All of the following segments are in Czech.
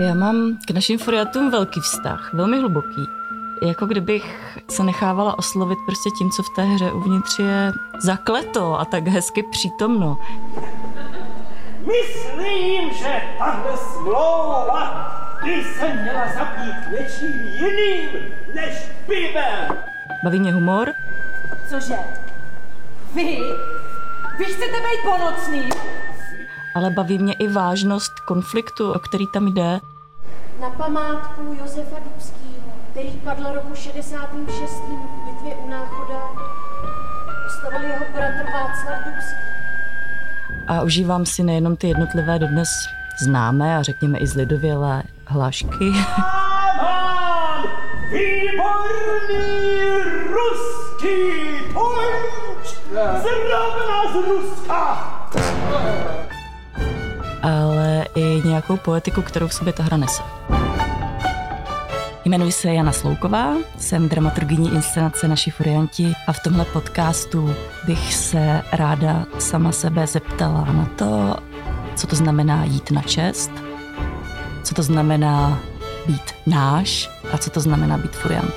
Já mám k našim furiantům velký vztah, velmi hluboký. Jako kdybych se nechávala oslovit prostě tím, co v té hře uvnitř je zakleto a tak hezky přítomno. Myslím, že tahle smlouva by se měla zabít něčím jiným než pivem. Baví mě humor. Cože? Vy chcete být ponocný? Ale baví mě i vážnost konfliktu, o který tam jde. Na památku Josefa Dubského, který padl roku 66. v bitvě u Náchoda, postavil jeho bratr Václav Dubský. A užívám si nejenom ty jednotlivé dodnes známé a řekněme i zlidovělé hlášky. Mám výborný ruský punč! Zrovna z Ruska! Ale i nějakou poetiku, kterou v sobě ta hra nese. Jmenuji se Jana Slouková, jsem dramaturgyní inscenace Naši furianti a v tomhle podcastu bych se ráda sama sebe zeptala na to, co to znamená jít na čest, co to znamená být náš a co to znamená být furiant.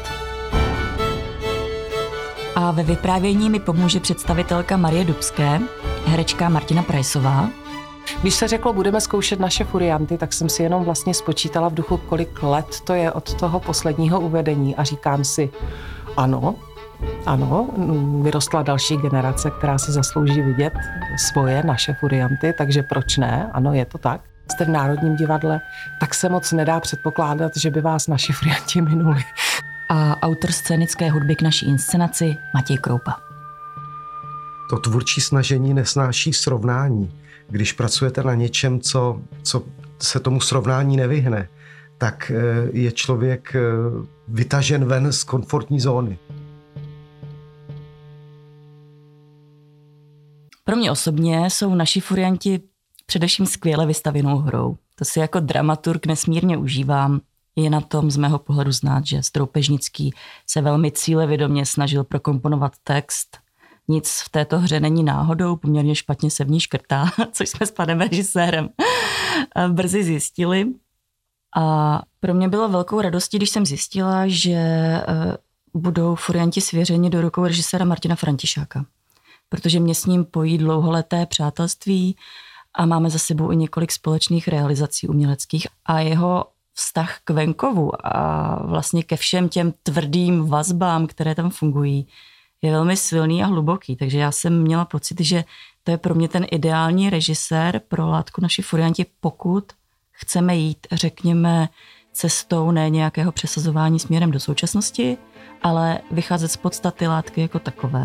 A ve vyprávění mi pomůže představitelka Marie Dubské, herečka Martina Prajsová. Když se řeklo, budeme zkoušet Naše furianty, tak jsem si jenom vlastně spočítala v duchu, kolik let to je od toho posledního uvedení a říkám si, ano, vyrostla další generace, která si zaslouží vidět svoje Naše furianty, takže proč ne? Ano, je to tak. Jste v Národním divadle, tak se moc nedá předpokládat, že by vás Naši furianti minuli. A autor scénické hudby k naší inscenaci Matěj Kroupa. To tvůrčí snažení nesnáší srovnání. Když pracujete na něčem, co se tomu srovnání nevyhne, tak je člověk vytažen ven z komfortní zóny. Pro mě osobně jsou Naši furianti především skvěle vystavěnou hrou. To si jako dramaturg nesmírně užívám. Je na tom z mého pohledu znát, že Stroupežnický se velmi cílevědomě snažil prokomponovat text. Nic v této hře není náhodou, poměrně špatně se v ní škrtá, což jsme s panem režisérem brzy zjistili. A pro mě bylo velkou radostí, když jsem zjistila, že budou furianti svěřeni do rukou režiséra Martina Františáka. Protože mě s ním pojí dlouholeté přátelství a máme za sebou i několik společných realizací uměleckých. A jeho vztah k venkovu a vlastně ke všem těm tvrdým vazbám, které tam fungují, je velmi silný a hluboký, takže já jsem měla pocit, že to je pro mě ten ideální režisér pro látku Naši furianti, pokud chceme jít, řekněme, cestou ne nějakého přesazování směrem do současnosti, ale vycházet z podstaty látky jako takové.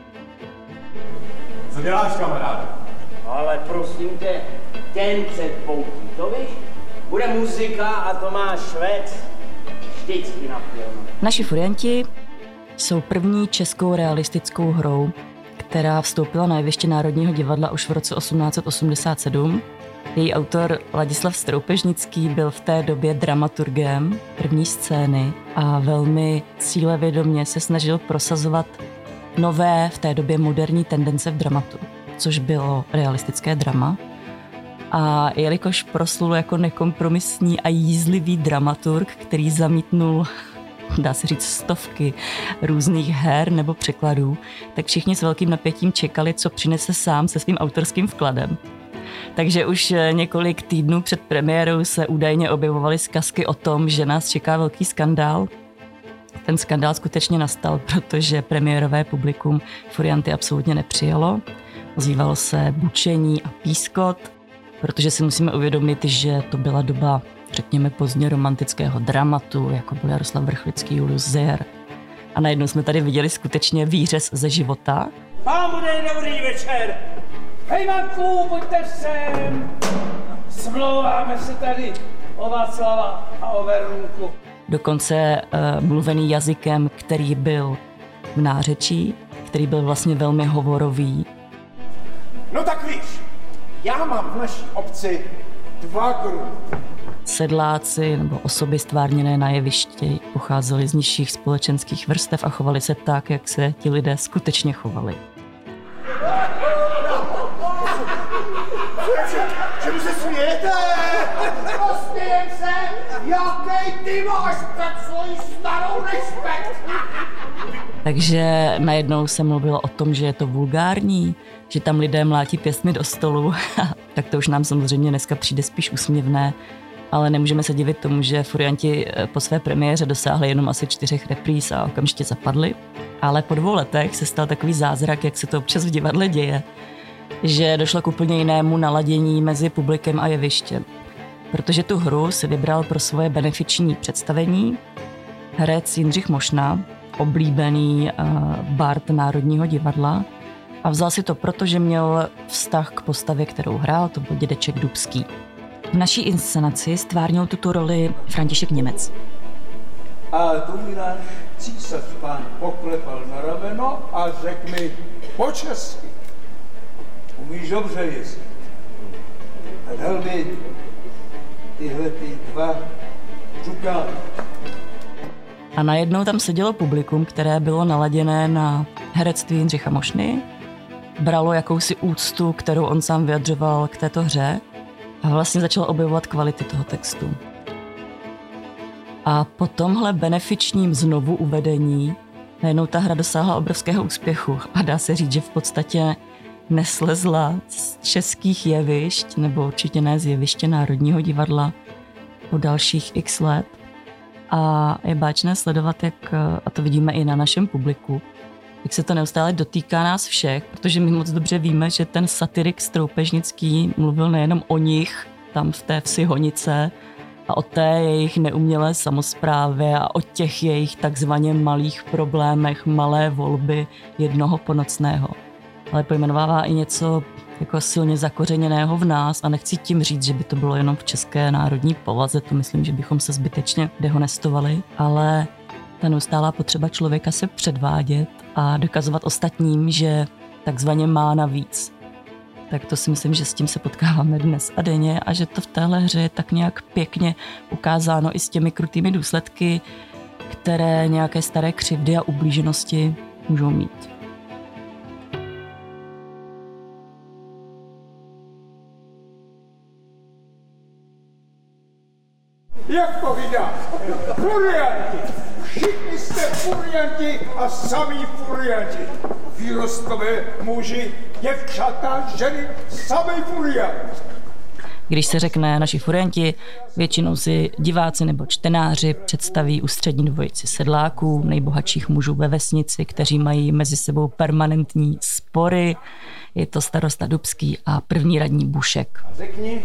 Co děláš, kamaráde? Ale prosím tě, ten předpoutí, to víš? Bude muzika a to má Švec vždycky na filmu. Naši furianti jsou první českou realistickou hrou, která vstoupila na jeviště Národního divadla už v roce 1887. Její autor Ladislav Stroupežnický byl v té době dramaturgem první scény a velmi cílevědomě se snažil prosazovat nové, v té době moderní tendence v dramatu, což bylo realistické drama. A jelikož proslul jako nekompromisní a jízlivý dramaturg, který zamítnul, dá se říct, stovky různých her nebo překladů, tak všichni s velkým napětím čekali, co přinese sám se svým autorským vkladem. Takže už několik týdnů před premiérou se údajně objevovaly zkazky o tom, že nás čeká velký skandál. Ten skandál skutečně nastal, protože premiérové publikum furianty absolutně nepřijalo. Ozývalo se bučení a pískot, protože si musíme uvědomit, že to byla doba, řekněme, pozdně romantického dramatu, jako byl Jaroslav Vrchlický, Julius Zeyer. A najednou jsme tady viděli skutečně výřez ze života. Vám bude dobrý večer! Hej, Manku, pojďte sem! Smlouváme se tady o Václava a o Verunku. Dokonce mluvený jazykem, který byl v nářečí, který byl vlastně velmi hovorový. No tak víš, já mám v naší obci 2 grupy. Sedláci nebo osoby stvárněné na jevišti pocházeli z nižších společenských vrstev a chovali se tak, jak se ti lidé skutečně chovali. Čemu se smějete? Rozpějem se! Jaký ty máš před svojí starou respekt? Takže najednou se mluvilo o tom, že je to vulgární, že tam lidé mlátí pěstmi do stolu. Tak to už nám samozřejmě dneska přijde spíš úsměvné, ale nemůžeme se divit tomu, že Furianti po své premiéře dosáhli jenom asi 4 repríz a okamžitě zapadli. Ale po 2 letech se stal takový zázrak, jak se to občas v divadle děje, že došlo k úplně jinému naladění mezi publikem a jevištěm. Protože tu hru si vybral pro svoje benefiční představení herec Jindřich Mošna, oblíbený bard Národního divadla, a vzal si to proto, že měl vztah k postavě, kterou hrál, to byl dědeček Dubský. V naší inscenaci stvárnil tuto roli František Němec. A tvůj náš císař pán poklepal na rameno a řekl mi po česky: umíš dobře jezdit. A dal mi tyhle ty 2 čukány. A najednou tam sedělo publikum, které bylo naladěné na herectví Jindřicha Mošny, bralo jakousi úctu, kterou on sám vyjadřoval k této hře, a vlastně začalo objevovat kvality toho textu. A po tomhle benefičním znovu uvedení najednou ta hra dosáhla obrovského úspěchu a dá se říct, že v podstatě neslezla z českých jevišť, nebo určitě ne z jeviště Národního divadla, po dalších x let. A je báčné sledovat, jak, a to vidíme i na našem publiku, jak se to neustále dotýká nás všech, protože my moc dobře víme, že ten satirik Stroupežnický mluvil nejenom o nich, tam v té vsi Honice, a o té jejich neumělé samosprávě a o těch jejich takzvaně malých problémech, malé volby jednoho ponocného. Ale pojmenovává i něco jako silně zakořeněného v nás a nechci tím říct, že by to bylo jenom v české národní povaze, to myslím, že bychom se zbytečně dehonestovali, ale ta neustálá potřeba člověka se předvádět a dokazovat ostatním, že takzvaně má navíc. Tak to si myslím, že s tím se potkáváme dnes a denně a že to v téhle hře je tak nějak pěkně ukázáno i s těmi krutými důsledky, které nějaké staré křivdy a ublíženosti můžou mít. Jak to vydá? Furianti! Všichni jste furianti a samí furianti. Výrostkové muži, děvčata, ženy, samý furiant. Když se řekne naši furianti, většinou si diváci nebo čtenáři představí ústřední dvojici sedláků, nejbohatších mužů ve vesnici, kteří mají mezi sebou permanentní spory. Je to starosta Dubský a první radní Bušek. Řekni,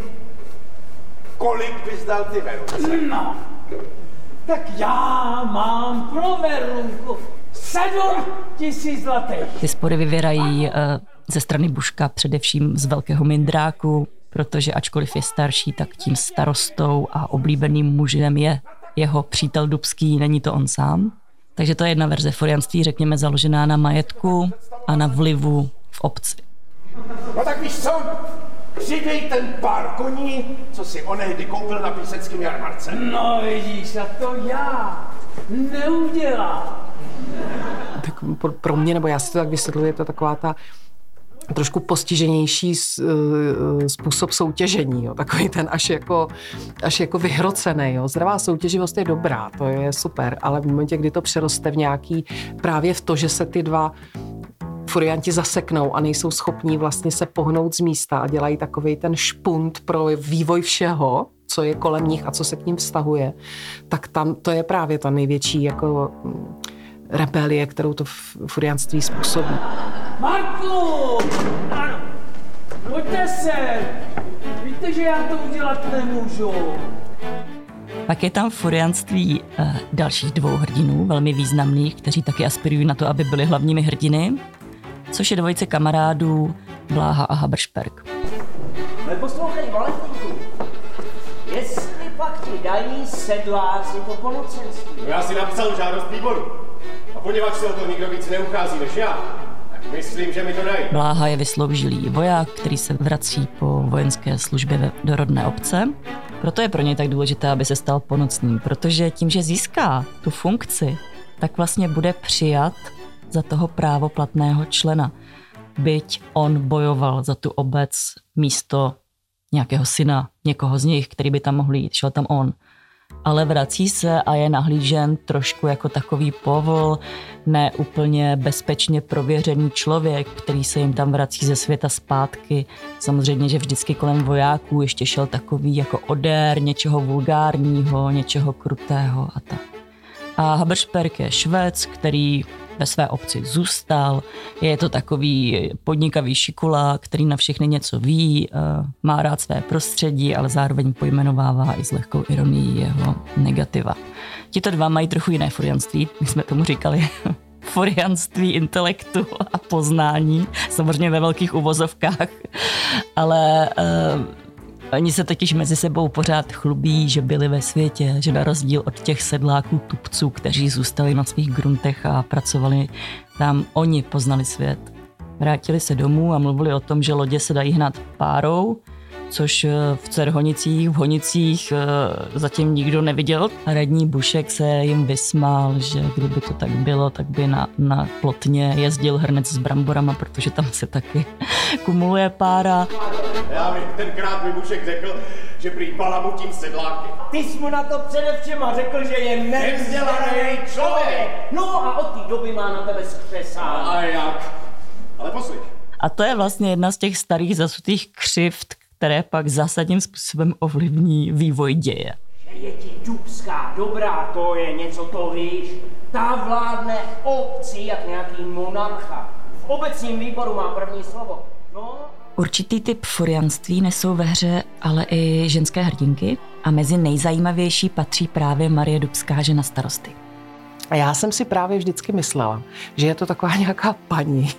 kolik bys dal ty Verunce? No, tak já mám pro Verunku 7 000 zlatých. Ty spory vyvěrají ze strany Buška především z velkého mindráku, protože ačkoliv je starší, tak tím starostou a oblíbeným mužem je jeho přítel Dubský, není to on sám. Takže to je jedna verze furianství, řekněme, založená na majetku a na vlivu v obci. No tak víš co? Přidej ten pár koní, co si onehdy koupil na píseckém jarmarce. No vidíš, a to já neudělám. Tak pro mě, nebo já si to tak vysvětluji, je to taková ta trošku postiženější způsob soutěžení, jo. Takový ten až jako vyhrocený. Jo. Zdravá soutěživost je dobrá, to je super, ale v momentě, kdy to přeroste v nějaký, právě v to, že se ty dva furianti zaseknou a nejsou schopní vlastně se pohnout z místa a dělají takovej ten špunt pro vývoj všeho, co je kolem nich a co se k ním vztahuje, tak tam to je právě ta největší jako rebelie, kterou to furianství způsobí. Marku! Ano, pojďte se! Víte, že já to udělat nemůžu. Pak je tam furianství dalších 2 hrdinů, velmi významných, kteří taky aspirují na to, aby byli hlavními hrdiny, což je dvojice kamarádů Bláha a Haberšperk. Neposlouchej, Valentínku. Jestli pak ti dají sedláci to ponocenství. Já si napsal žádost výboru. A poněvadž se o to nikdo víc neuchází než já, tak myslím, že mi to dají. Bláha je vysloužilý voják, který se vrací po vojenské službě do rodné obce. Proto je pro něj tak důležité, aby se stal ponocným, protože tím, že získá tu funkci, tak vlastně bude přijat za toho právoplatného člena. Byť on bojoval za tu obec místo nějakého syna, někoho z nich, který by tam mohl jít, šel tam on. ale vrací se a je nahlížen trošku jako takový povol, ne úplně bezpečně prověřený člověk, který se jim tam vrací ze světa zpátky. Samozřejmě, že vždycky kolem vojáků ještě šel takový jako odér, něčeho vulgárního, něčeho krutého a tak. A Habersperk je Švéd, který ve své obci zůstal. Je to takový podnikavý šikula, který na všechny něco ví, má rád své prostředí, ale zároveň pojmenovává i s lehkou ironií jeho negativa. Tito dva mají trochu jiné furianství, my jsme tomu říkali furianství intelektu a poznání, samozřejmě ve velkých uvozovkách, ale oni se totiž mezi sebou pořád chlubí, že byli ve světě, že na rozdíl od těch sedláků tupců, kteří zůstali na svých gruntech a pracovali tam, oni poznali svět. Vrátili se domů a mluvili o tom, že lodě se dají hnát párou, což v Cerhonicích, v Honicích zatím nikdo neviděl. Radní Bušek se jim vysmál, že kdyby to tak bylo, tak by na Plotně jezdil hrnec s bramborama, protože tam se taky kumuluje pára. Já bych tenkrát mi Bušek řekl, že prý balamutím sedláky. Ty jsi mu na to především a řekl, že je nevzdělaný člověk. No a od té doby má na tebe skřesán. A jak? Ale poslyš. A to je vlastně jedna z těch starých zasutých křivd, které pak zásadním způsobem ovlivní vývoj děje. Že je ti dubská dobrá, to je něco, to víš. Ta vládne obcí jak nějaký monarcha. V obecním výboru má první slovo. No. Určitý typ furianství nesou ve hře ale i ženské hrdinky a mezi nejzajímavější patří právě Marie Dubská, žena starosty. A já jsem si právě vždycky myslela, že je to taková nějaká paní,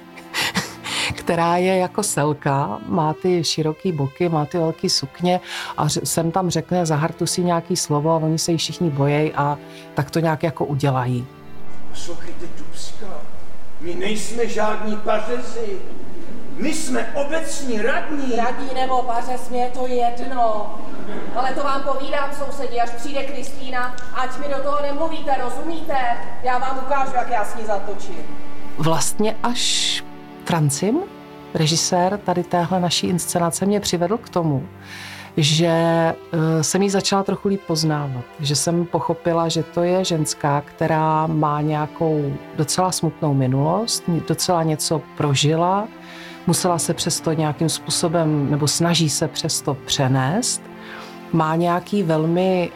která je jako selka, má ty široký boky, má ty velký sukně a sem tam řekne za hartu si nějaký slovo a oni se jí všichni bojejí a tak to nějak jako udělají. Poslouchejte, Dubská, my nejsme žádní pařezi. My jsme obecní radní. Radní nebo pařez, mě je to jedno. Ale to vám povídám, sousedi, až přijde Kristýna, ať mi do toho nemluvíte, rozumíte? Já vám ukážu, jak já s ní zatočím. Vlastně až Francim, režisér tady téhle naší inscenace, mě přivedl k tomu, že jsem ji začala trochu líp poznávat. Že jsem pochopila, že to je ženská, která má nějakou docela smutnou minulost, docela něco prožila, musela se přesto nějakým způsobem, nebo snaží se přesto přenést. Má nějaký velmi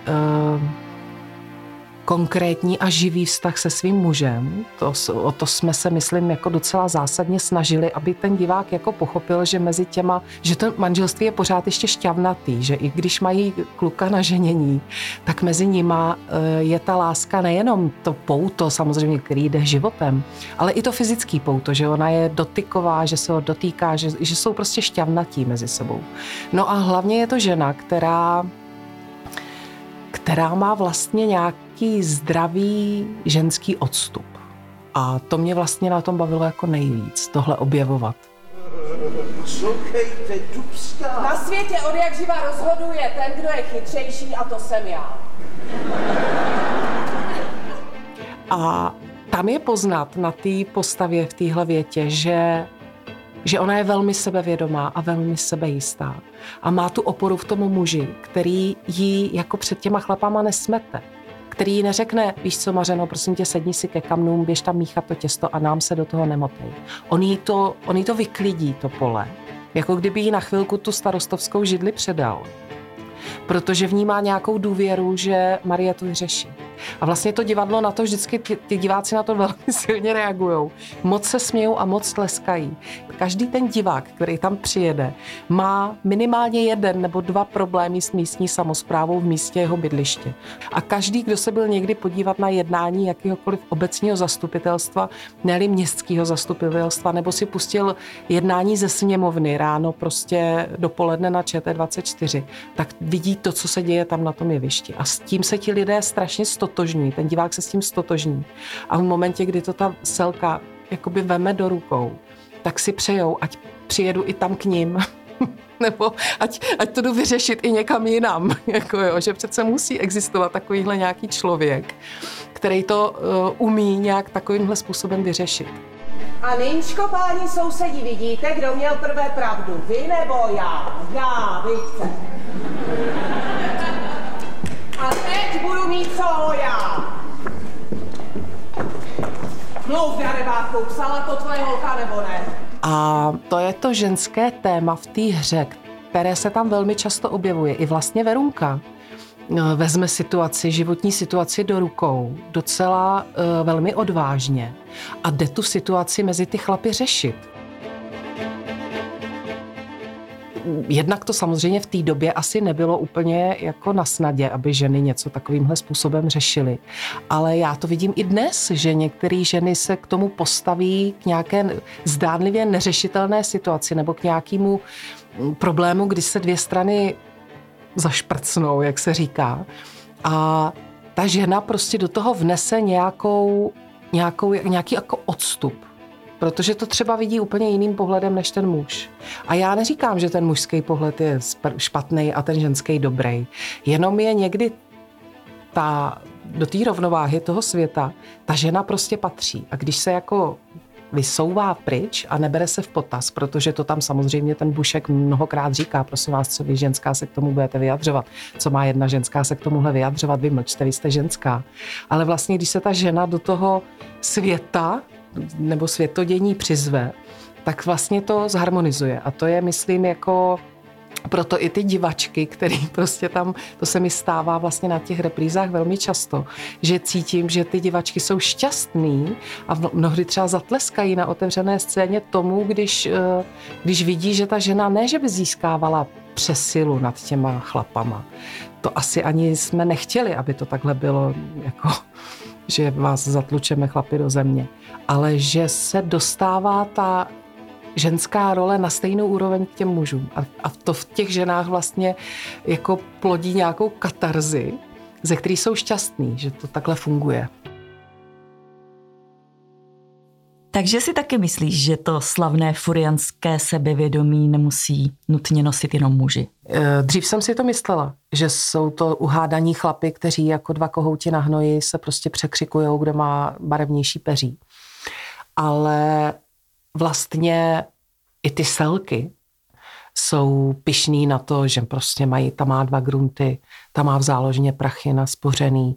konkrétní a živý vztah se svým mužem. O to jsme se, myslím, jako docela zásadně snažili, aby ten divák jako pochopil, že mezi těma, že to manželství je pořád ještě šťavnatý, že i když mají kluka na ženění, tak mezi nima je ta láska nejenom to pouto, samozřejmě, který jde životem, ale i to fyzický pouto, že ona je dotyková, že se ho dotýká, že jsou prostě šťavnatí mezi sebou. No a hlavně je to žena, která má vlastně nějaký zdravý ženský odstup. A to mě vlastně na tom bavilo jako nejvíc, tohle objevovat. Poslouchejte, Dubská. Na světě od jak živa rozhoduje ten, kdo je chytřejší, a to jsem já. A tam je poznat na té postavě v téhle větě, že ona je velmi sebevědomá a velmi sebejistá. A má tu oporu v tom muži, který ji jako před těma chlapama nesmete. Který jí neřekne, víš co, Mařeno, prosím tě, sedni si ke kamnům, běž tam míchat to těsto a nám se do toho nemotej. On jí to vyklidí, to pole. Jako kdyby jí na chvilku tu starostovskou židli předal. Protože v ní má nějakou důvěru, že Marie to vyřeší. A vlastně to divadlo na to vždycky, ty diváci na to velmi silně reagujou. Moc se smějou a moc tleskají. Každý ten divák, který tam přijede, má minimálně 1 nebo 2 problémy s místní samosprávou v místě jeho bydliště. A každý, kdo se byl někdy podívat na jednání jakéhokoliv obecního zastupitelstva, ne-li městského zastupitelstva, nebo si pustil jednání ze sněmovny ráno prostě dopoledne na ČT24, tak vidí to, co se děje tam na tom jevišti. A s tím se ti lidé strašně stotožní, ten divák se s tím stotožní. A v momentě, kdy to ta selka jakoby veme do rukou, tak si přejou, ať přijedu i tam k ním, nebo ať to jdu vyřešit i někam jinam. Jako jo, že přece musí existovat takovýhle nějaký člověk, který to umí nějak takovýmhle způsobem vyřešit. A nynčko, páni sousedi, vidíte, kdo měl prvé pravdu? Vy nebo já? Já, vidíte. A teď co já? Mluv, darebáku, psala to tvoje holka nebo ne? A to je to ženské téma v té hře, které se tam velmi často objevuje. I vlastně Verunka vezme životní situaci do rukou docela velmi odvážně a jde tu situaci mezi ty chlapy řešit. Jednak to samozřejmě v té době asi nebylo úplně jako na snadě, aby ženy něco takovýmhle způsobem řešily. Ale já to vidím i dnes, že některé ženy se k tomu postaví k nějaké zdánlivě neřešitelné situaci nebo k nějakému problému, kdy se dvě strany zašprcnou, jak se říká. A ta žena prostě do toho vnese nějaký jako odstup. Protože to třeba vidí úplně jiným pohledem než ten muž. A já neříkám, že ten mužský pohled je špatný a ten ženský dobrý. Jenom je někdy do té rovnováhy toho světa ta žena prostě patří. A když se jako vysouvá pryč a nebere se v potaz, protože to tam samozřejmě ten Bušek mnohokrát říká, prosím vás, co vy ženská se k tomu budete vyjadřovat, co má jedna ženská se k tomuhle vyjadřovat, vy mlčte, vy jste ženská. Ale vlastně, když se ta žena do toho světa nebo světodění přizve, tak vlastně to zharmonizuje. A to je, myslím, jako proto i ty divačky, který prostě tam, to se mi stává vlastně na těch reprízách velmi často, že cítím, že ty divačky jsou šťastný a mnohdy třeba zatleskají na otevřené scéně tomu, když vidí, že ta žena ne, že by získávala přesilu nad těma chlapama. To asi ani jsme nechtěli, aby to takhle bylo, jako že vás zatlučeme chlapi do země. Ale že se dostává ta ženská role na stejnou úroveň k těm mužům. A to v těch ženách vlastně jako plodí nějakou katarzi, ze který jsou šťastný, že to takhle funguje. Takže si taky myslíš, že to slavné furianské sebevědomí nemusí nutně nosit jenom muži? Dřív jsem si to myslela, že jsou to uhádaní chlapi, kteří jako dva kohouti na hnoji se prostě překřikujou, kdo má barevnější peří. Ale vlastně i ty selky jsou pyšný na to, že prostě ta má 2 grunty, ta má v záložně prachy naspořený.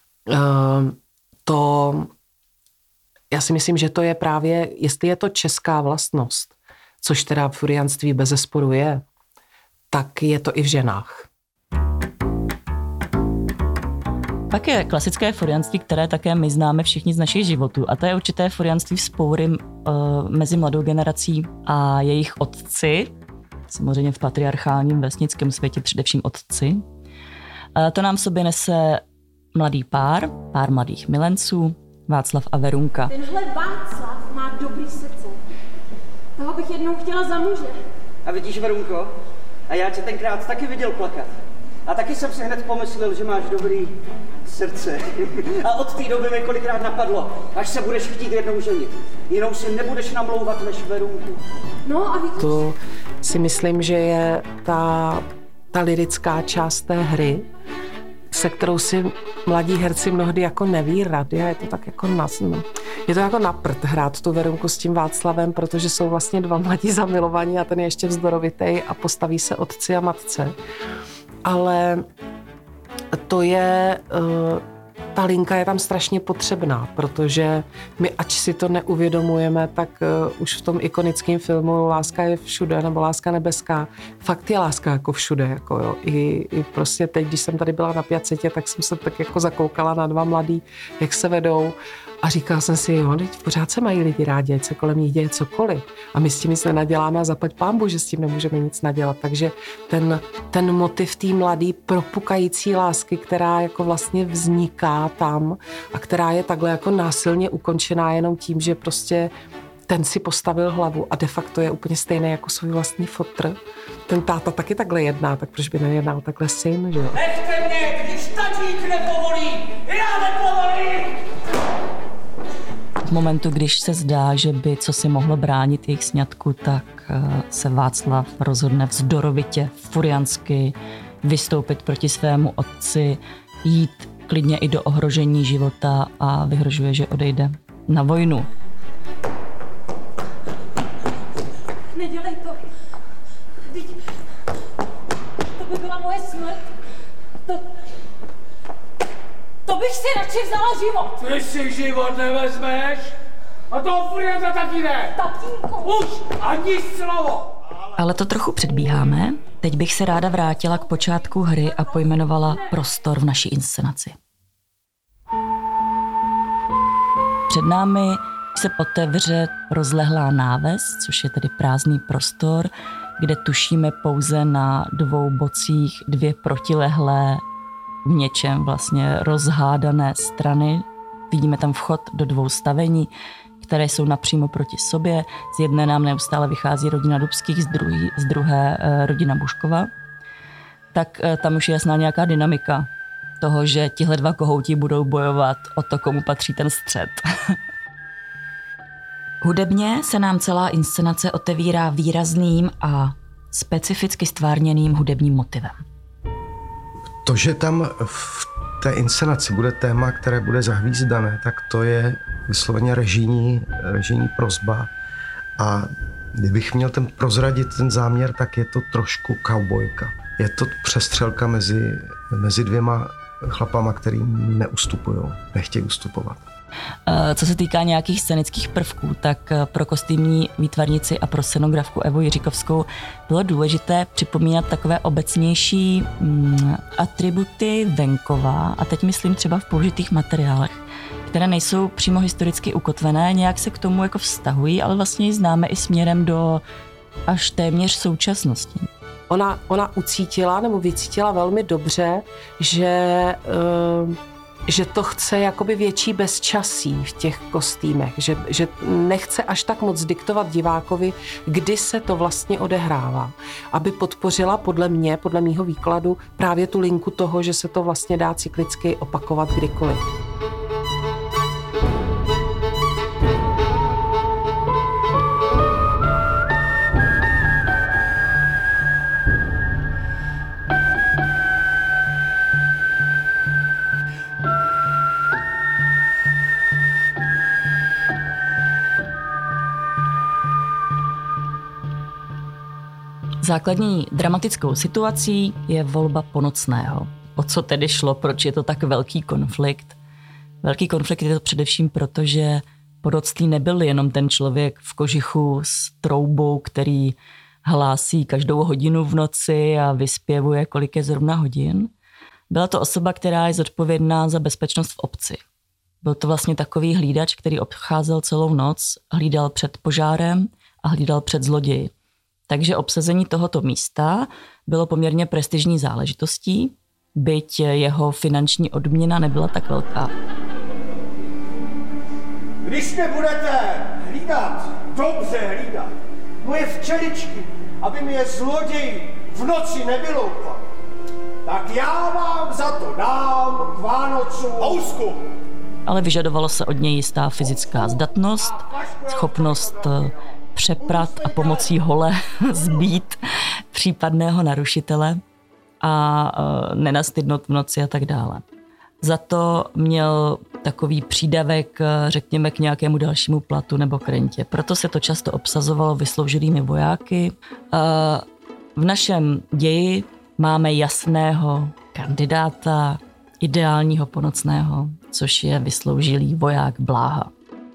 Já si myslím, že to je právě, jestli je to česká vlastnost, což teda v furianství bezesporu je, tak je to i v ženách. Pak je klasické furianství, které také my známe všichni z našich životů. A to je určité furianství vzpoury mezi mladou generací a jejich otci. Samozřejmě v patriarchálním vesnickém světě především otci. To nám v sobě nese mladý pár mladých milenců, Václav a Verunka. Tenhle Václav má dobrý srdce. Toho bych jednou chtěla za muže. A vidíš, Verunko, a já tě tenkrát taky viděl plakat. A taky jsem si hned pomyslel, že máš dobrý srdce. A od té doby mi kolikrát napadlo, až se budeš chtít jednou ženit. Jinou si nebudeš namlouvat než Verunku. No a vidíš? To si myslím, že je ta lyrická část té hry, se kterou si mladí herci mnohdy jako neví rady a je to tak jako na prd hrát tu Verunku s tím Václavem, protože jsou vlastně 2 mladí zamilovaní a ten je ještě vzdorovitej a postaví se otci a matce. Ale to je, ta linka je tam strašně potřebná, protože my, ač si to neuvědomujeme, tak už v tom ikonickém filmu Láska je všude, nebo Láska nebeská, fakt je láska jako všude. Jako jo. I prostě teď, když jsem tady byla na Piacetě, tak jsem se tak jako zakoukala na 2 mladý, jak se vedou. A říkala jsem si, jo, teď pořád se mají lidi rádi, ať se kolem nich děje cokoliv. A my s tím nic nenaděláme a zaplať pánbu, že s tím nemůžeme nic nadělat. Takže ten motiv té mladé propukající lásky, která jako vlastně vzniká tam a která je takhle jako násilně ukončená jenom tím, že prostě ten si postavil hlavu a de facto je úplně stejný jako svůj vlastní fotr. Ten táta taky takhle jedná, tak proč by nejednal takhle syn, že jo? Nechte mě, když tatík nepovolí, já nepovolím! V momentu, když se zdá, že by co si mohlo bránit jejich sňatku, tak se Václav rozhodne vzdorovitě, furiansky vystoupit proti svému otci, jít klidně i do ohrožení života a vyhrožuje, že odejde na vojnu. Nedělej to. Vždyť to by byla moje smrt. To bych si radši vzala život. Ty si život nevezmeš? A toho furiata taky ne. Tatínku. Už ani slovo. Ale to trochu předbíháme. Teď bych se ráda vrátila k počátku hry a pojmenovala prostor v naší inscenaci. Před námi se otevře rozlehlá náves, což je tedy prázdný prostor, kde tušíme pouze na dvou bocích dvě protilehlé, v něčem vlastně rozhádané strany. Vidíme tam vchod do dvou stavení, které jsou napřímo proti sobě. Z jedné nám neustále vychází rodina Dubských, z druhé rodina Buškova. Tak tam už je jasná nějaká dynamika toho, že tihle dva kohouti budou bojovat o to, komu patří ten střed. Hudebně se nám celá inscenace otevírá výrazným a specificky stvárněným hudebním motivem. To, že tam v té inscenaci bude téma, které bude zahvízdané, tak to je vysloveně režijní prosba. A kdybych měl prozradit ten záměr, tak je to trošku kaubojka. Je to přestřelka mezi dvěma chlapama, který neustupují, nechtějí ustupovat. Co se týká nějakých scénických prvků, tak pro kostýmní výtvarnici a pro scenografku Evu Jiříkovskou bylo důležité připomínat takové obecnější atributy venkova, a teď myslím třeba v použitých materiálech, které nejsou přímo historicky ukotvené, nějak se k tomu jako vztahují, ale vlastně ji známe i směrem do až téměř současnosti. Ona ucítila nebo vycítila velmi dobře, že to chce jakoby větší bezčasí v těch kostýmech, že nechce až tak moc diktovat divákovi, kdy se to vlastně odehrává, aby podpořila podle mýho výkladu právě tu linku toho, že se to vlastně dá cyklicky opakovat kdykoliv. Základní dramatickou situací je volba Ponocného. O co tedy šlo, proč je to tak velký konflikt? Velký konflikt je to především proto, že Ponocný nebyl jenom ten člověk v kožichu s troubou, který hlásí každou hodinu v noci a vyspěvuje, kolik je zrovna hodin. Byla to osoba, která je zodpovědná za bezpečnost v obci. Byl to vlastně takový hlídač, který obcházel celou noc, hlídal před požárem a hlídal před zloději. Takže obsazení tohoto místa bylo poměrně prestižní záležitostí, byť jeho finanční odměna nebyla tak velká. Když mě budete hlídat, dobře hlídat, moje včeličky, aby mi je zloděj v noci nevyloupal, tak já vám za to dám k Vánocům housku. Ale vyžadovalo se od něj jistá fyzická zdatnost, schopnost přeprat a pomocí hole zbít případného narušitele a nenastydnout v noci a tak dále. Za to měl takový přídavek, řekněme, k nějakému dalšímu platu nebo k rentě. Proto se to často obsazovalo vysloužilými vojáky. V našem ději máme jasného kandidáta, ideálního Ponocného, což je vysloužilý voják Bláha.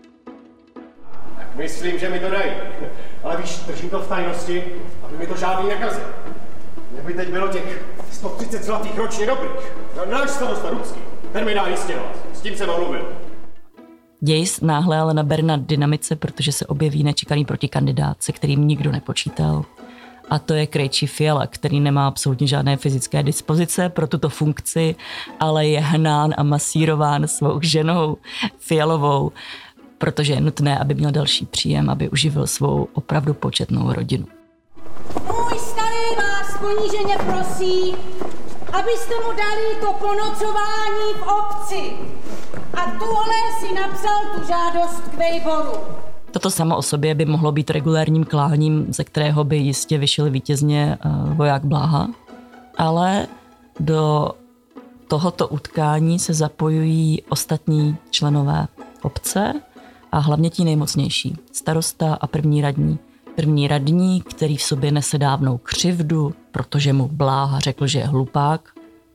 Myslím, že mi to dají. Ale víš, držím to v tajnosti, aby mi to žádný nekazil. Mě by teď bylo těch 130 zlatých ročně dobrých. Náš starosta Dubský, ten mi dá jistě hlas. S tím jsem mluvil. Děj náhle ale nabere na dynamice, protože se objeví nečekaný protikandidát, se kterým nikdo nepočítal. A to je Krejčí Fiala, který nemá absolutně žádné fyzické dispozice pro tuto funkci, ale je hnán a masírován svou ženou Fialovou, protože je nutné, aby měl další příjem, aby uživil svou opravdu početnou rodinu. Můj starý vás poníženě prosí, abyste mu dali to ponocování v obci. A tuhle si napsal tu žádost k vejboru. Toto samo o sobě by mohlo být regulárním kláním, ze kterého by jistě vyšel vítězně voják Bláha, ale do tohoto utkání se zapojují ostatní členové obce a hlavně ti nejmocnější, starosta a první radní. První radní, který v sobě nese dávnou křivdu, protože mu Bláha řekl, že je hlupák,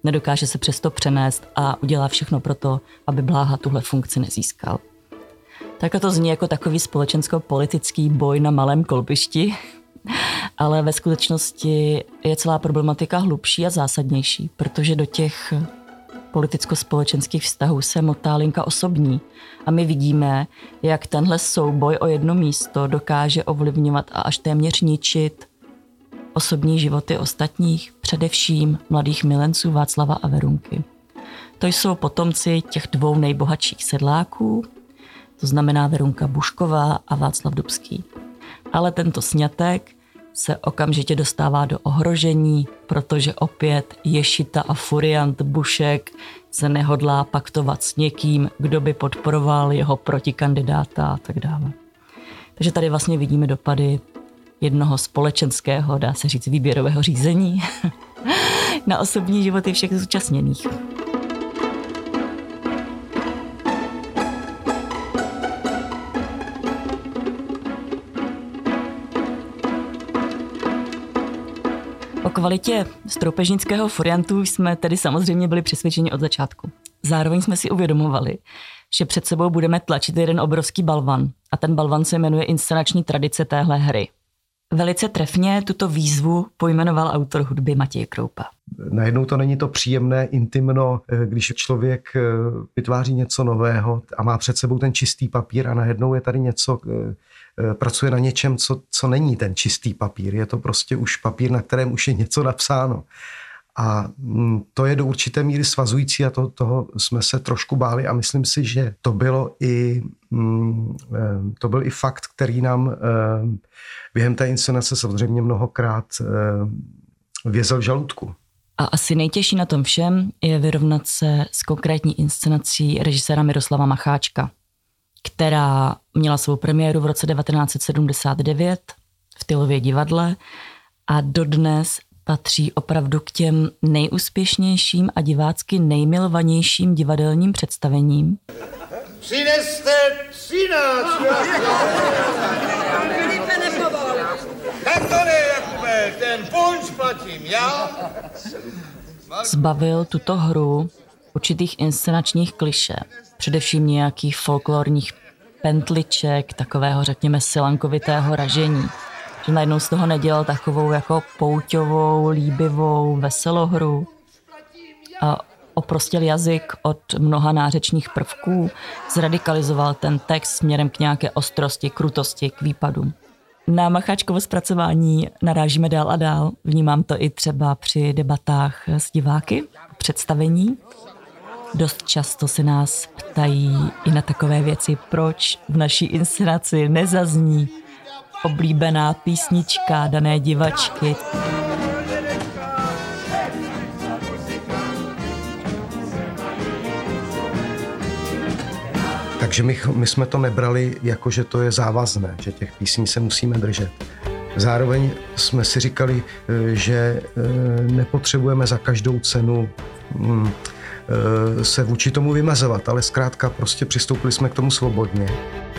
nedokáže se přesto přenést a udělá všechno pro to, aby Bláha tuhle funkci nezískal. Tak to zní jako takový společensko-politický boj na malém kolbišti, ale ve skutečnosti je celá problematika hlubší a zásadnější, protože do těch politicko-společenských vztahů se motá linka osobní a my vidíme, jak tenhle souboj o jedno místo dokáže ovlivňovat a až téměř ničit osobní životy ostatních, především mladých milenců Václava a Verunky. To jsou potomci těch dvou nejbohatších sedláků, to znamená Verunka Bušková a Václav Dubský. Ale tento sňatek se okamžitě dostává do ohrožení, protože opět ješita a furiant Bušek se nehodlá paktovat s někým, kdo by podporoval jeho protikandidáta a tak dále. Takže tady vlastně vidíme dopady jednoho společenského, dá se říct, výběrového řízení na osobní životy všech zúčastněných. O kvalitě stroupežnického furiantu jsme tedy samozřejmě byli přesvědčeni od začátku. Zároveň jsme si uvědomovali, že před sebou budeme tlačit jeden obrovský balvan a ten balvan se jmenuje inscenační tradice téhle hry. Velice trefně tuto výzvu pojmenoval autor hudby Matěj Kroupa. Najednou to není to příjemné intimno, když člověk vytváří něco nového a má před sebou ten čistý papír a najednou je tady něco, pracuje na něčem, co není ten čistý papír. Je to prostě už papír, na kterém už je něco napsáno. A to je do určité míry svazující a toho jsme se trošku báli a myslím si, že to byl i fakt, který nám během té inscenace samozřejmě mnohokrát vězel v žaludku. A asi nejtěžší na tom všem je vyrovnat se s konkrétní inscenací režiséra Miroslava Macháčka, která měla svou premiéru v roce 1979 v Tylově divadle a dodnes patří opravdu k těm nejúspěšnějším a divácky nejmilovanějším divadelním představením. Přineste 13! Filipe, nepovol! Tak to ne, Jakube, ten punč platím já. Zbavil tuto hru určitých inscenačních klišé, především nějakých folklorních pentliček, takového, řekněme, silankovitého ražení. Že najednou z toho nedělal takovou jako pouťovou, líbivou, veselohru a oprostil jazyk od mnoha nářečních prvků, zradikalizoval ten text směrem k nějaké ostrosti, krutosti, k výpadům. Na Macháčkovo zpracování narážíme dál a dál. Vnímám to i třeba při debatách s diváky, představení. Dost často se nás ptají i na takové věci, proč v naší inscenaci nezazní oblíbená písnička dané divačky. Takže my jsme to nebrali jako, že to je závazné, že těch písní se musíme držet. Zároveň jsme si říkali, že nepotřebujeme za každou cenu se vůči tomu vymezovat, ale zkrátka prostě přistoupili jsme k tomu svobodně.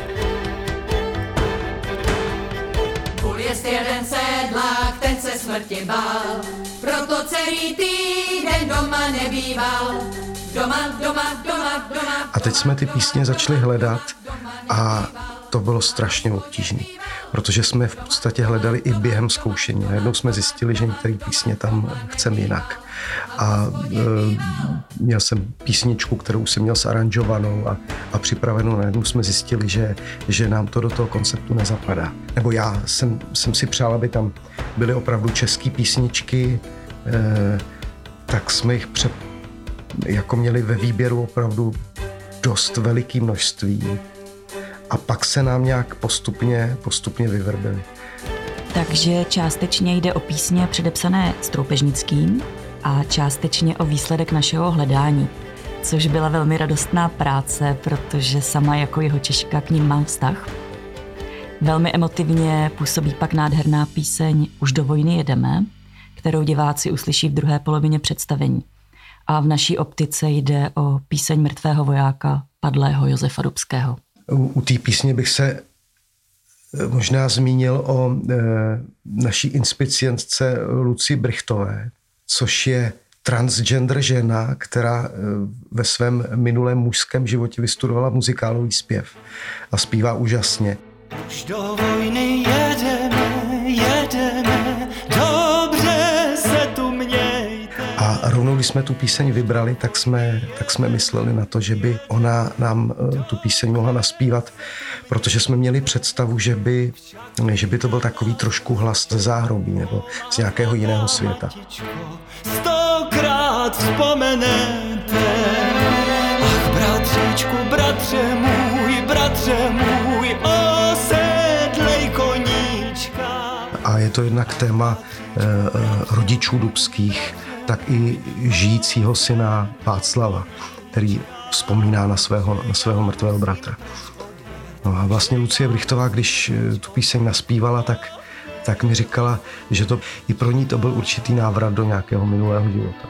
Furt jest jeden sedlák, ten se smrti bál, proto celý týden doma nebýval. Doma. A teď jsme ty písně začali hledat a to bylo strašně obtížné, protože jsme v podstatě hledali i během zkoušení. Najednou jsme zjistili, že některé písně tam chceme jinak. A měl jsem písničku, kterou jsem měl zaranžovanou a připravenou. Najednou jsme zjistili, že nám to do toho konceptu nezapadá. Nebo já jsem si přál, aby tam byly opravdu české písničky, tak jsme jich jako měli ve výběru opravdu dost veliký množství a pak se nám nějak postupně vyvrbili. Takže částečně jde o písně předepsané Stroupežnickým a částečně o výsledek našeho hledání, což byla velmi radostná práce, protože sama jako Jihočeška k nim mám vztah. Velmi emotivně působí pak nádherná píseň Už do vojny jedeme, kterou diváci uslyší v druhé polovině představení. A v naší optice jde o píseň mrtvého vojáka padlého Josefa Dubského. U té písně bych se možná zmínil o naší inspicientce Luci Brichtové, což je transgender žena, která ve svém minulém mužském životě vystudovala muzikálový zpěv a zpívá úžasně. Už do vojny jedeme, dobře se tu mějte. A rovnou, když jsme tu píseň vybrali, tak jsme mysleli na to, že by ona nám tu píseň mohla naspívat, protože jsme měli představu, že by to byl takový trošku hlas ze záhrobí nebo z nějakého jiného světa. 100krát vzpomenete, ach bratříčku, bratře můj, osedlej koníčka. A je to jednak téma rodičů Dubských, tak i žijícího syna Václava, který vzpomíná na svého mrtvého bratra. No a vlastně Lucie Brychtová, když tu píseň naspívala, tak mi říkala, že to i pro ní to byl určitý návrat do nějakého minulého života.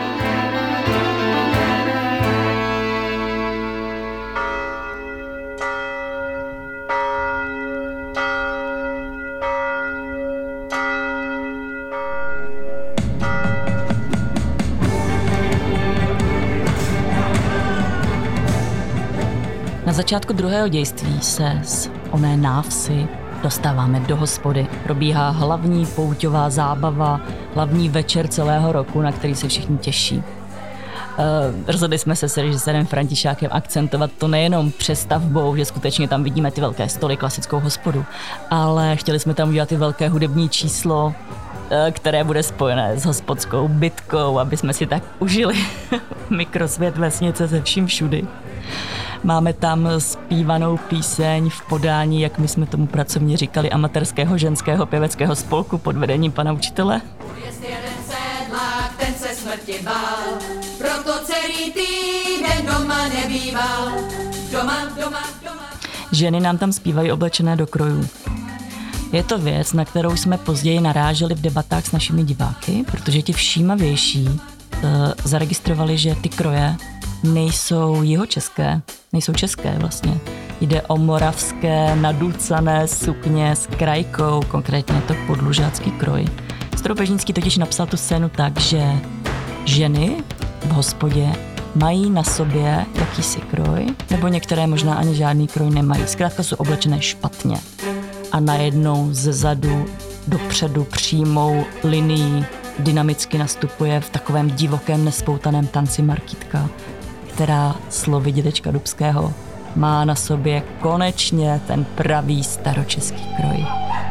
Na začátku druhého dějství se z oné návsi dostáváme do hospody. Probíhá hlavní pouťová zábava, hlavní večer celého roku, na který se všichni těší. Rozhodli jsme se s režisérem Františákem akcentovat to nejenom přestavbou, že skutečně tam vidíme ty velké stoly, klasickou hospodu, ale chtěli jsme tam udělat ty velké hudební číslo, které bude spojené s hospodskou bitkou, aby jsme si tak užili mikrosvět vesnice ze vším všudy. Máme tam zpívanou píseň v podání, jak my jsme tomu pracovně říkali, amatérského ženského pěveckého spolku pod vedením pana učitele. Jest jeden sedlák, ten se smrti bál, proto celý týden doma nebýval. Doma. Ženy nám tam zpívají oblečené do krojů. Je to věc, na kterou jsme později naráželi v debatách s našimi diváky, protože ti všímavější zaregistrovali, že ty kroje nejsou jihočeské, nejsou české vlastně. Jde o moravské naducané sukně s krajkou, konkrétně to podlužácký kroj. Stroupežnický totiž napsal tu scénu tak, že ženy v hospodě mají na sobě jakýsi kroj, nebo některé možná ani žádný kroj nemají. Zkrátka jsou oblečené špatně. A najednou ze zadu dopředu přímou linií dynamicky nastupuje v takovém divokém nespoutaném tanci Markitka, která slovy dědečka Dubského má na sobě konečně ten pravý staročeský kroj.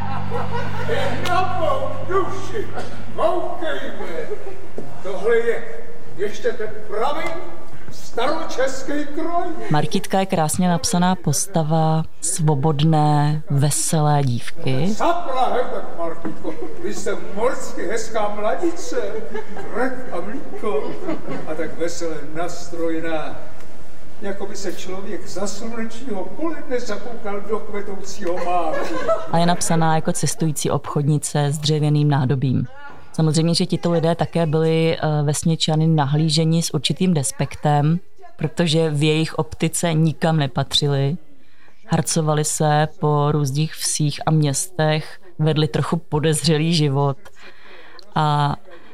Na mou duši, koukejme, tohle je ještě ten pravý staročeský kroj. Markitka je krásně napsaná postava svobodné, veselé dívky. Zaprahe, tak Markitko, vy jste morsky hezká mladice, krev a mlíko a tak veselé nastrojená, jako by se člověk za slunečního poledne zakoukal do kvetoucího máku. A je napsaná jako cestující obchodnice s dřevěným nádobím. Samozřejmě, že tito lidé také byli vesničany nahlíženi s určitým despektem, protože v jejich optice nikam nepatřili. Harcovali se po různých vsích a městech, vedli trochu podezřelý život a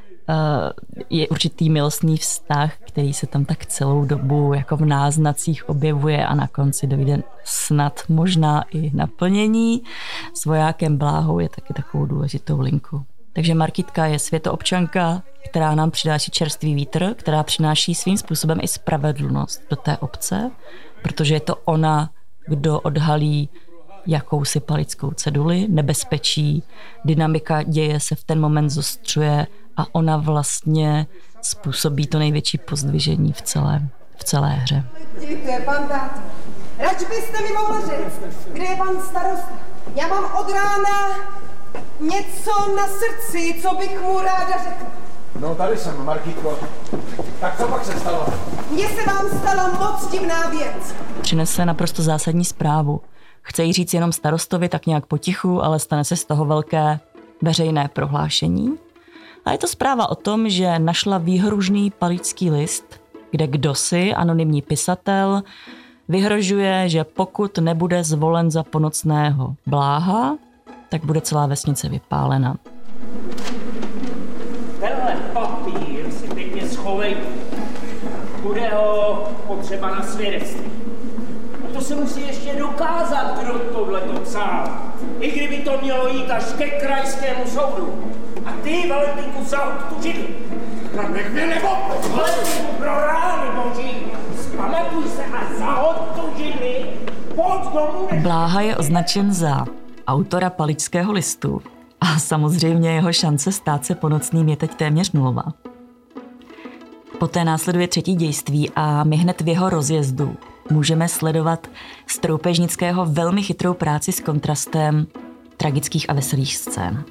je určitý milostný vztah, který se tam tak celou dobu jako v náznacích objevuje a na konci dojde snad možná i naplnění. S vojákem Bláhou je taky takovou důležitou linku. Takže Markitka je světoobčanka, která nám přináší čerstvý vítr, která přináší svým způsobem i spravedlnost do té obce, protože je to ona, kdo odhalí jakousi palickou ceduli, nebezpečí, dynamika děje se v ten moment zostřuje a ona vlastně způsobí to největší pozdvižení v celé hře. Dějte, pan táto, rač byste mi mohla říct, kde je pan starosta. Já mám od rána něco na srdci, co bych mu ráda řekla. No tady jsem, Markitko. Tak co pak se stalo? Mně se vám stala moc divná věc. Přinese naprosto zásadní zprávu. Chce jí říct jenom starostovi tak nějak potichu, ale stane se z toho velké veřejné prohlášení. A je to zpráva o tom, že našla výhružný palický list, kde kdosi, anonymní pisatel, vyhrožuje, že pokud nebude zvolen za ponocného Bláha, tak bude celá vesnice vypálena. Tenhle papír si pěkně schovej. Bude ho potřeba na svědectví. A to se musí ještě dokázat, kdo tohleto psal. I kdyby to mělo jít až ke krajskému soudu. A ty, Valentinku, zahod tu židli. Nech mě nebo Valentinku, pro rány boží. Zpamatuj se a zahod tu židli. Pojď domů. Bláha je označen za autora Paličského listu a samozřejmě jeho šance stát se ponocným je teď téměř nulová. Poté následuje třetí dějství a my hned v jeho rozjezdu můžeme sledovat Stroupežnického velmi chytrou práci s kontrastem tragických a veselých scén.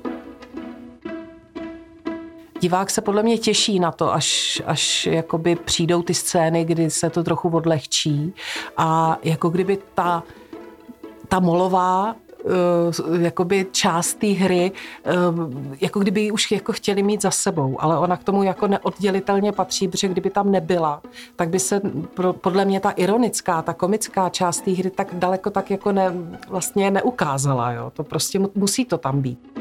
Divák se podle mě těší na to, až jakoby přijdou ty scény, kdy se to trochu odlehčí a jako kdyby ta molová jakoby část té hry, jako kdyby ji už jako chtěli mít za sebou, ale ona k tomu jako neoddělitelně patří, protože kdyby tam nebyla, tak by se podle mě ta ironická, ta komická část té hry tak daleko tak jako vlastně neukázala. Jo? To prostě musí to tam být.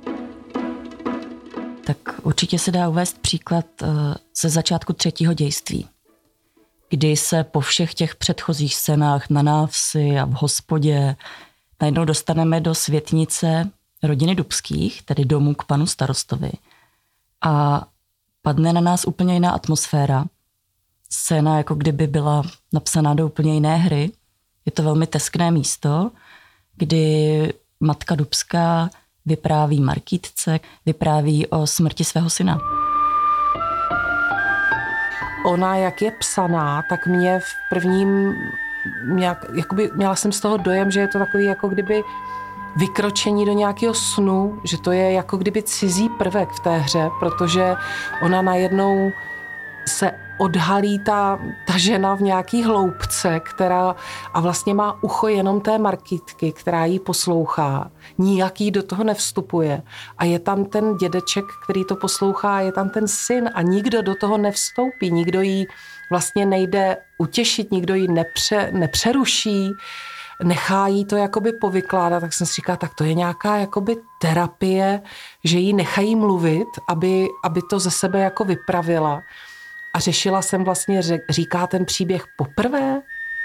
Tak určitě se dá uvést příklad ze začátku třetího dějství, kdy se po všech těch předchozích scénách na návsi a v hospodě najednou dostaneme do světnice rodiny Dubských, tedy domů k panu starostovi. A padne na nás úplně jiná atmosféra. Scéna, jako kdyby byla napsaná do úplně jiné hry. Je to velmi teskné místo, kdy matka Dubská vypráví Markýtce, vypráví o smrti svého syna. Ona, jak je psaná, tak mě v prvním měla jsem z toho dojem, že je to takový jako kdyby vykročení do nějakého snu, že to je jako kdyby cizí prvek v té hře, protože ona najednou se odhalí ta žena v nějaký hloubce, která a vlastně má ucho jenom té Markýtky, která jí poslouchá. Nijak jí do toho nevstupuje. A je tam ten dědeček, který to poslouchá, je tam ten syn a nikdo do toho nevstoupí, nikdo jí vlastně nejde utěšit, nikdo ji nepřeruší, nechá jí to jakoby povykládat, tak jsem si říkala, tak to je nějaká jakoby terapie, že jí nechají mluvit, aby to ze sebe jako vypravila. A řešila jsem vlastně, říká ten příběh poprvé?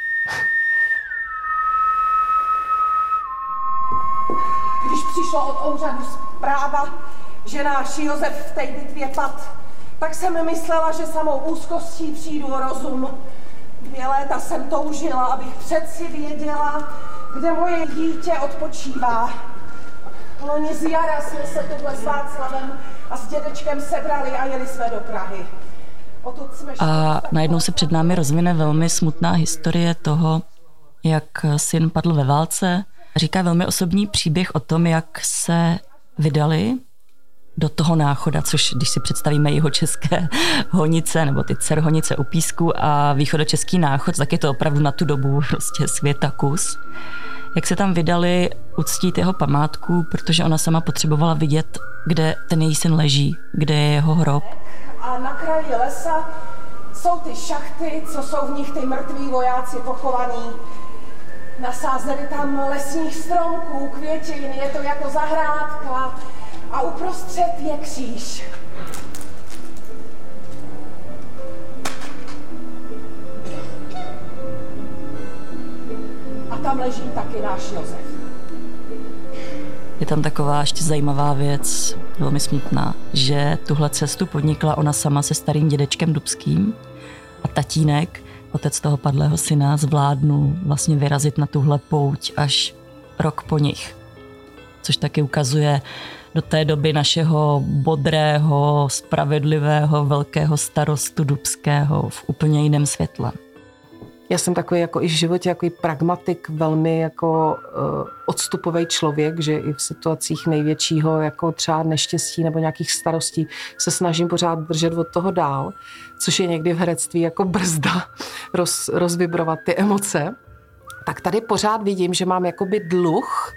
Když přišla od úřadu zpráva, že náš Josef v té bitvě padl, tak jsem myslela, že samou úzkostí přijdu o rozum. 2 léta jsem toužila, abych přeci věděla, kde moje dítě odpočívá. Loni z jara jsme se tuhle s Václavem a s dědečkem sebrali a jeli jsme do Prahy. A najednou se před námi rozvine velmi smutná historie toho, jak syn padl ve válce. Říká velmi osobní příběh o tom, jak se vydali do toho Náchoda, což když si představíme jihočeské Honice nebo ty Cerhonice u Písku a východočeský Náchod, tak je to opravdu na tu dobu prostě světa kus. Jak se tam vydali uctít jeho památku, protože ona sama potřebovala vidět, kde ten její syn leží, kde je jeho hrob. A na kraji lesa jsou ty šachty, co jsou v nich ty mrtví vojáci pochovaní. Nasázeli tam lesních stromků, květin, je to jako zahrádka a uprostřed je kříž. A tam leží taky náš Josef. Je tam taková ještě zajímavá věc, velmi smutná, že tuhle cestu podnikla ona sama se starým dědečkem Dubským a tatínek, otec toho padlého syna, zvládnul vlastně vyrazit na tuhle pouť až rok po nich. Což taky ukazuje do té doby našeho bodrého, spravedlivého, velkého starostu Dubského v úplně jiném světle. Já jsem takový jako i v životě jako pragmatik, velmi jako odstupový člověk, že i v situacích největšího jako třeba neštěstí nebo nějakých starostí se snažím pořád držet od toho dál, což je někdy v herectví jako brzda rozvibrovat ty emoce. Tak tady pořád vidím, že mám jakoby dluh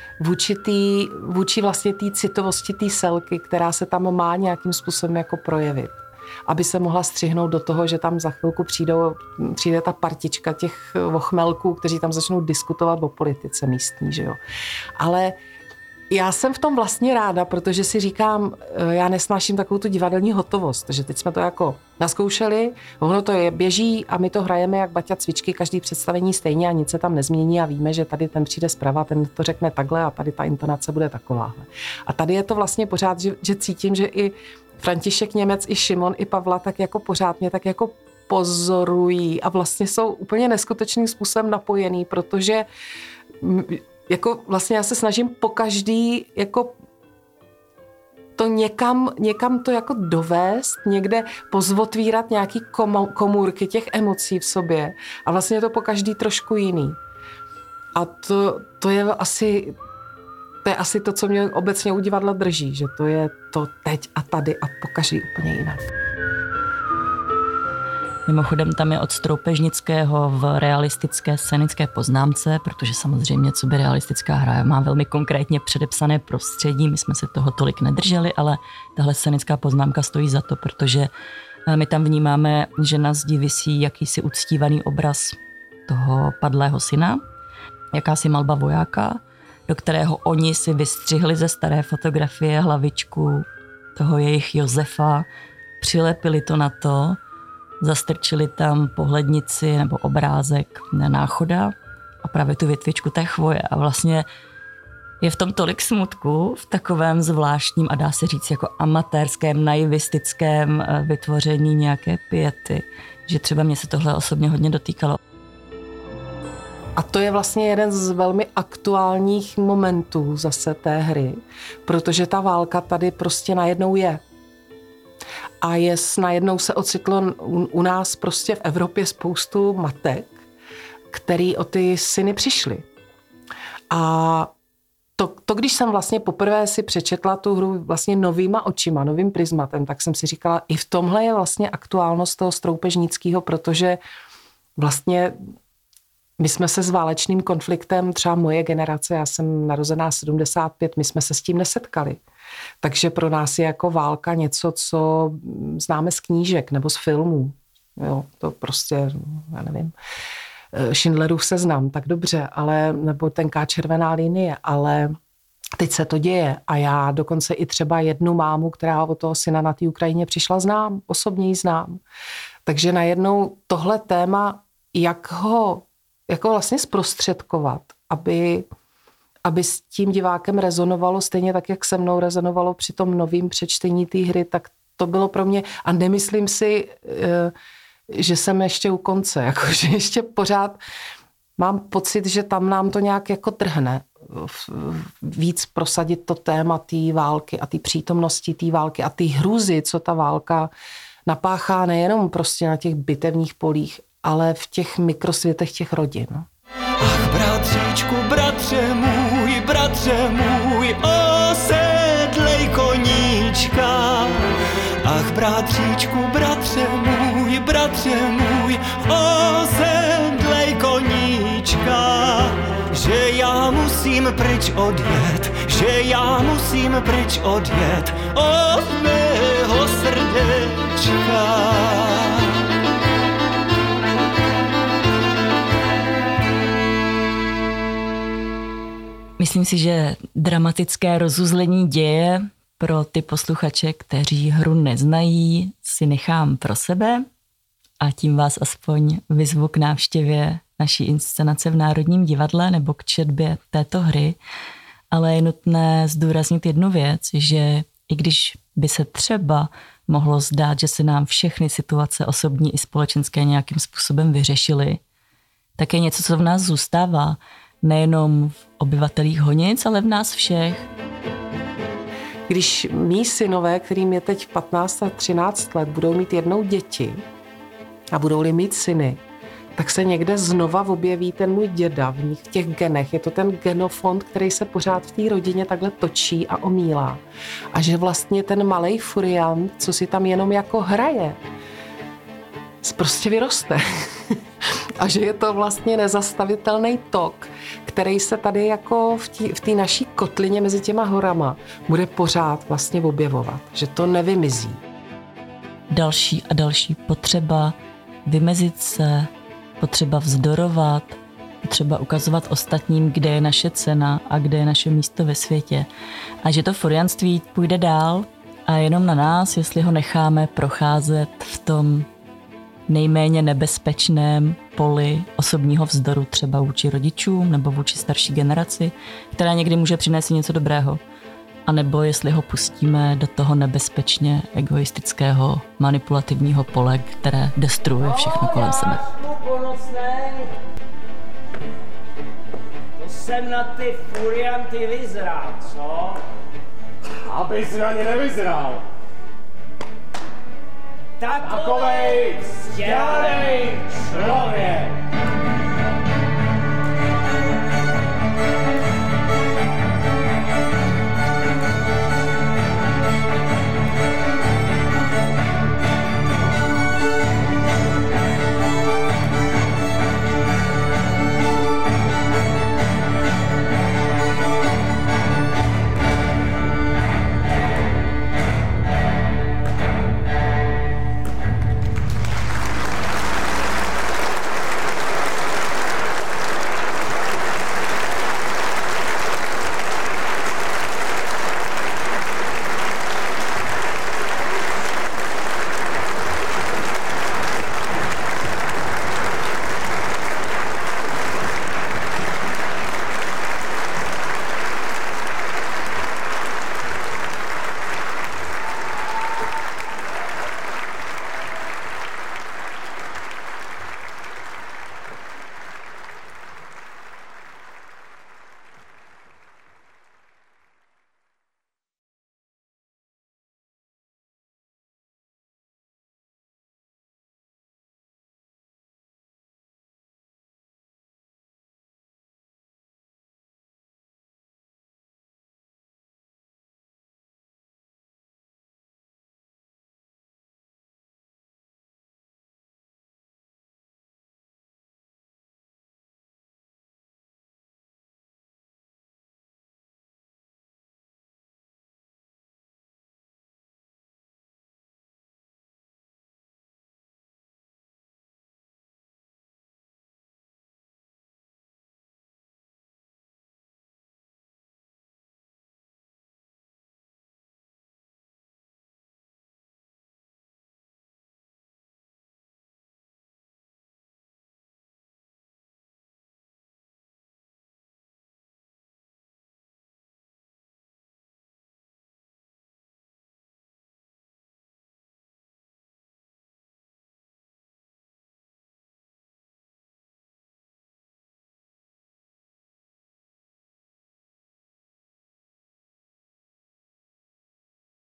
vůči vlastně té citovosti té Selky, která se tam má nějakým způsobem jako projevit. Aby se mohla střihnout do toho, že tam za chvilku přijde ta partička těch ochmelků, kteří tam začnou diskutovat o politice místní, že jo. Ale Já jsem v tom vlastně ráda, protože si říkám, já nesnáším takovou tu divadelní hotovost, že teď jsme to jako naskoušeli, ono to běží a my to hrajeme jak Baťa cvičky, každý představení stejně a nic se tam nezmění a víme, že tady ten přijde zprava, ten to řekne takhle a tady ta intonace bude takováhle. A tady je to vlastně pořád, že cítím, že i František Němec, i Šimon, i Pavla tak jako pořád mě tak jako pozorují a vlastně jsou úplně neskutečným způsobem napojený, protože jako vlastně já se snažím pokaždý jako to někam to jako dovést, někde pozotvírat nějaký komůrky těch emocí v sobě a vlastně je to pokaždý trošku jiný. A to je asi to, co mě obecně u divadla drží, že to je to teď a tady a pokaždý úplně jinak. Mimochodem tam je od Stroupežnického v realistické scénické poznámce, protože samozřejmě, co by realistická hra, má velmi konkrétně předepsané prostředí, my jsme se toho tolik nedrželi, ale tahle scénická poznámka stojí za to, protože my tam vnímáme, že na zdi visí jakýsi uctívaný obraz toho padlého syna, jakási malba vojáka, do kterého oni si vystřihli ze staré fotografie hlavičku toho jejich Josefa, přilepili to na to, zastrčili tam pohlednici nebo obrázek náchoda a právě tu větvičku té chvoje. A vlastně je v tom tolik smutku, v takovém zvláštním a dá se říct jako amatérském, naivistickém vytvoření nějaké piety, že třeba mě se tohle osobně hodně dotýkalo. A to je vlastně jeden z velmi aktuálních momentů zase té hry, protože ta válka tady prostě najednou je. A najednou se ocitlo u nás prostě v Evropě spoustu matek, který o ty syny přišli. A to, když jsem vlastně poprvé si přečetla tu hru vlastně novýma očima, novým prismatem, tak jsem si říkala, i v tomhle je vlastně aktuálnost toho Stroupežnického, protože vlastně my jsme se s válečným konfliktem, třeba moje generace, já jsem narozená 75, my jsme se s tím nesetkali. Takže pro nás je jako válka něco, co známe z knížek nebo z filmů. Jo, to prostě, já nevím, Schindlerův seznam, tak dobře, ale, nebo tenká červená linie, ale teď se to děje a já dokonce i třeba jednu mámu, která od toho syna na té Ukrajině přišla, znám, osobně ji znám. Takže najednou tohle téma, jak ho jako vlastně zprostředkovat, aby s tím divákem rezonovalo stejně tak, jak se mnou rezonovalo při tom novým přečtení té hry, tak to bylo pro mě, a nemyslím si, že jsem ještě u konce, jako, že ještě pořád mám pocit, že tam nám to nějak jako trhne víc prosadit to téma té války a té přítomnosti té války a té hrůzy, co ta válka napáchá nejenom prostě na těch bitevních polích, ale v těch mikrosvětech těch rodin. Ach, bratře můj, osedlej koníčka. Ach, bratře můj, osedlej koníčka. Že já musím pryč odjet od mého srdečka. Myslím si, že dramatické rozuzlení děje pro ty posluchače, kteří hru neznají, si nechám pro sebe a tím vás aspoň vyzvu k návštěvě naší inscenace v Národním divadle nebo k četbě této hry. Ale je nutné zdůraznit jednu věc, že i když by se třeba mohlo zdát, že se nám všechny situace osobní i společenské nějakým způsobem vyřešily, tak je něco, co v nás zůstává, nejenom v obyvatelích Honic, ale v nás všech. Když mí synové, kterým je teď 15 a 13 let, budou mít jednou děti a budou-li mít syny, tak se někde znova objeví ten můj děda v nich, v těch genech. Je to ten genofond, který se pořád v té rodině takhle točí a omílá. A že vlastně ten malej furiant, co si tam jenom jako hraje, prostě vyroste. A že je to vlastně nezastavitelný tok, který se tady jako v té naší kotlině mezi těma horama bude pořád vlastně objevovat. Že to nevymizí. Další a další potřeba vymezit se, potřeba vzdorovat, potřeba ukazovat ostatním, kde je naše cena a kde je naše místo ve světě. A že to furianství půjde dál a jenom na nás, jestli ho necháme procházet v tom nejméně nebezpečném poli osobního vzdoru, třeba vůči rodičům nebo vůči starší generaci, která někdy může přinést něco dobrého. A nebo jestli ho pustíme do toho nebezpečně egoistického, manipulativního pole, které destruuje všechno kolem sebe. To jsem na ty furianty vyzrál, co? Abys na ně nevyzrál. Takovej vzdělaný člověk.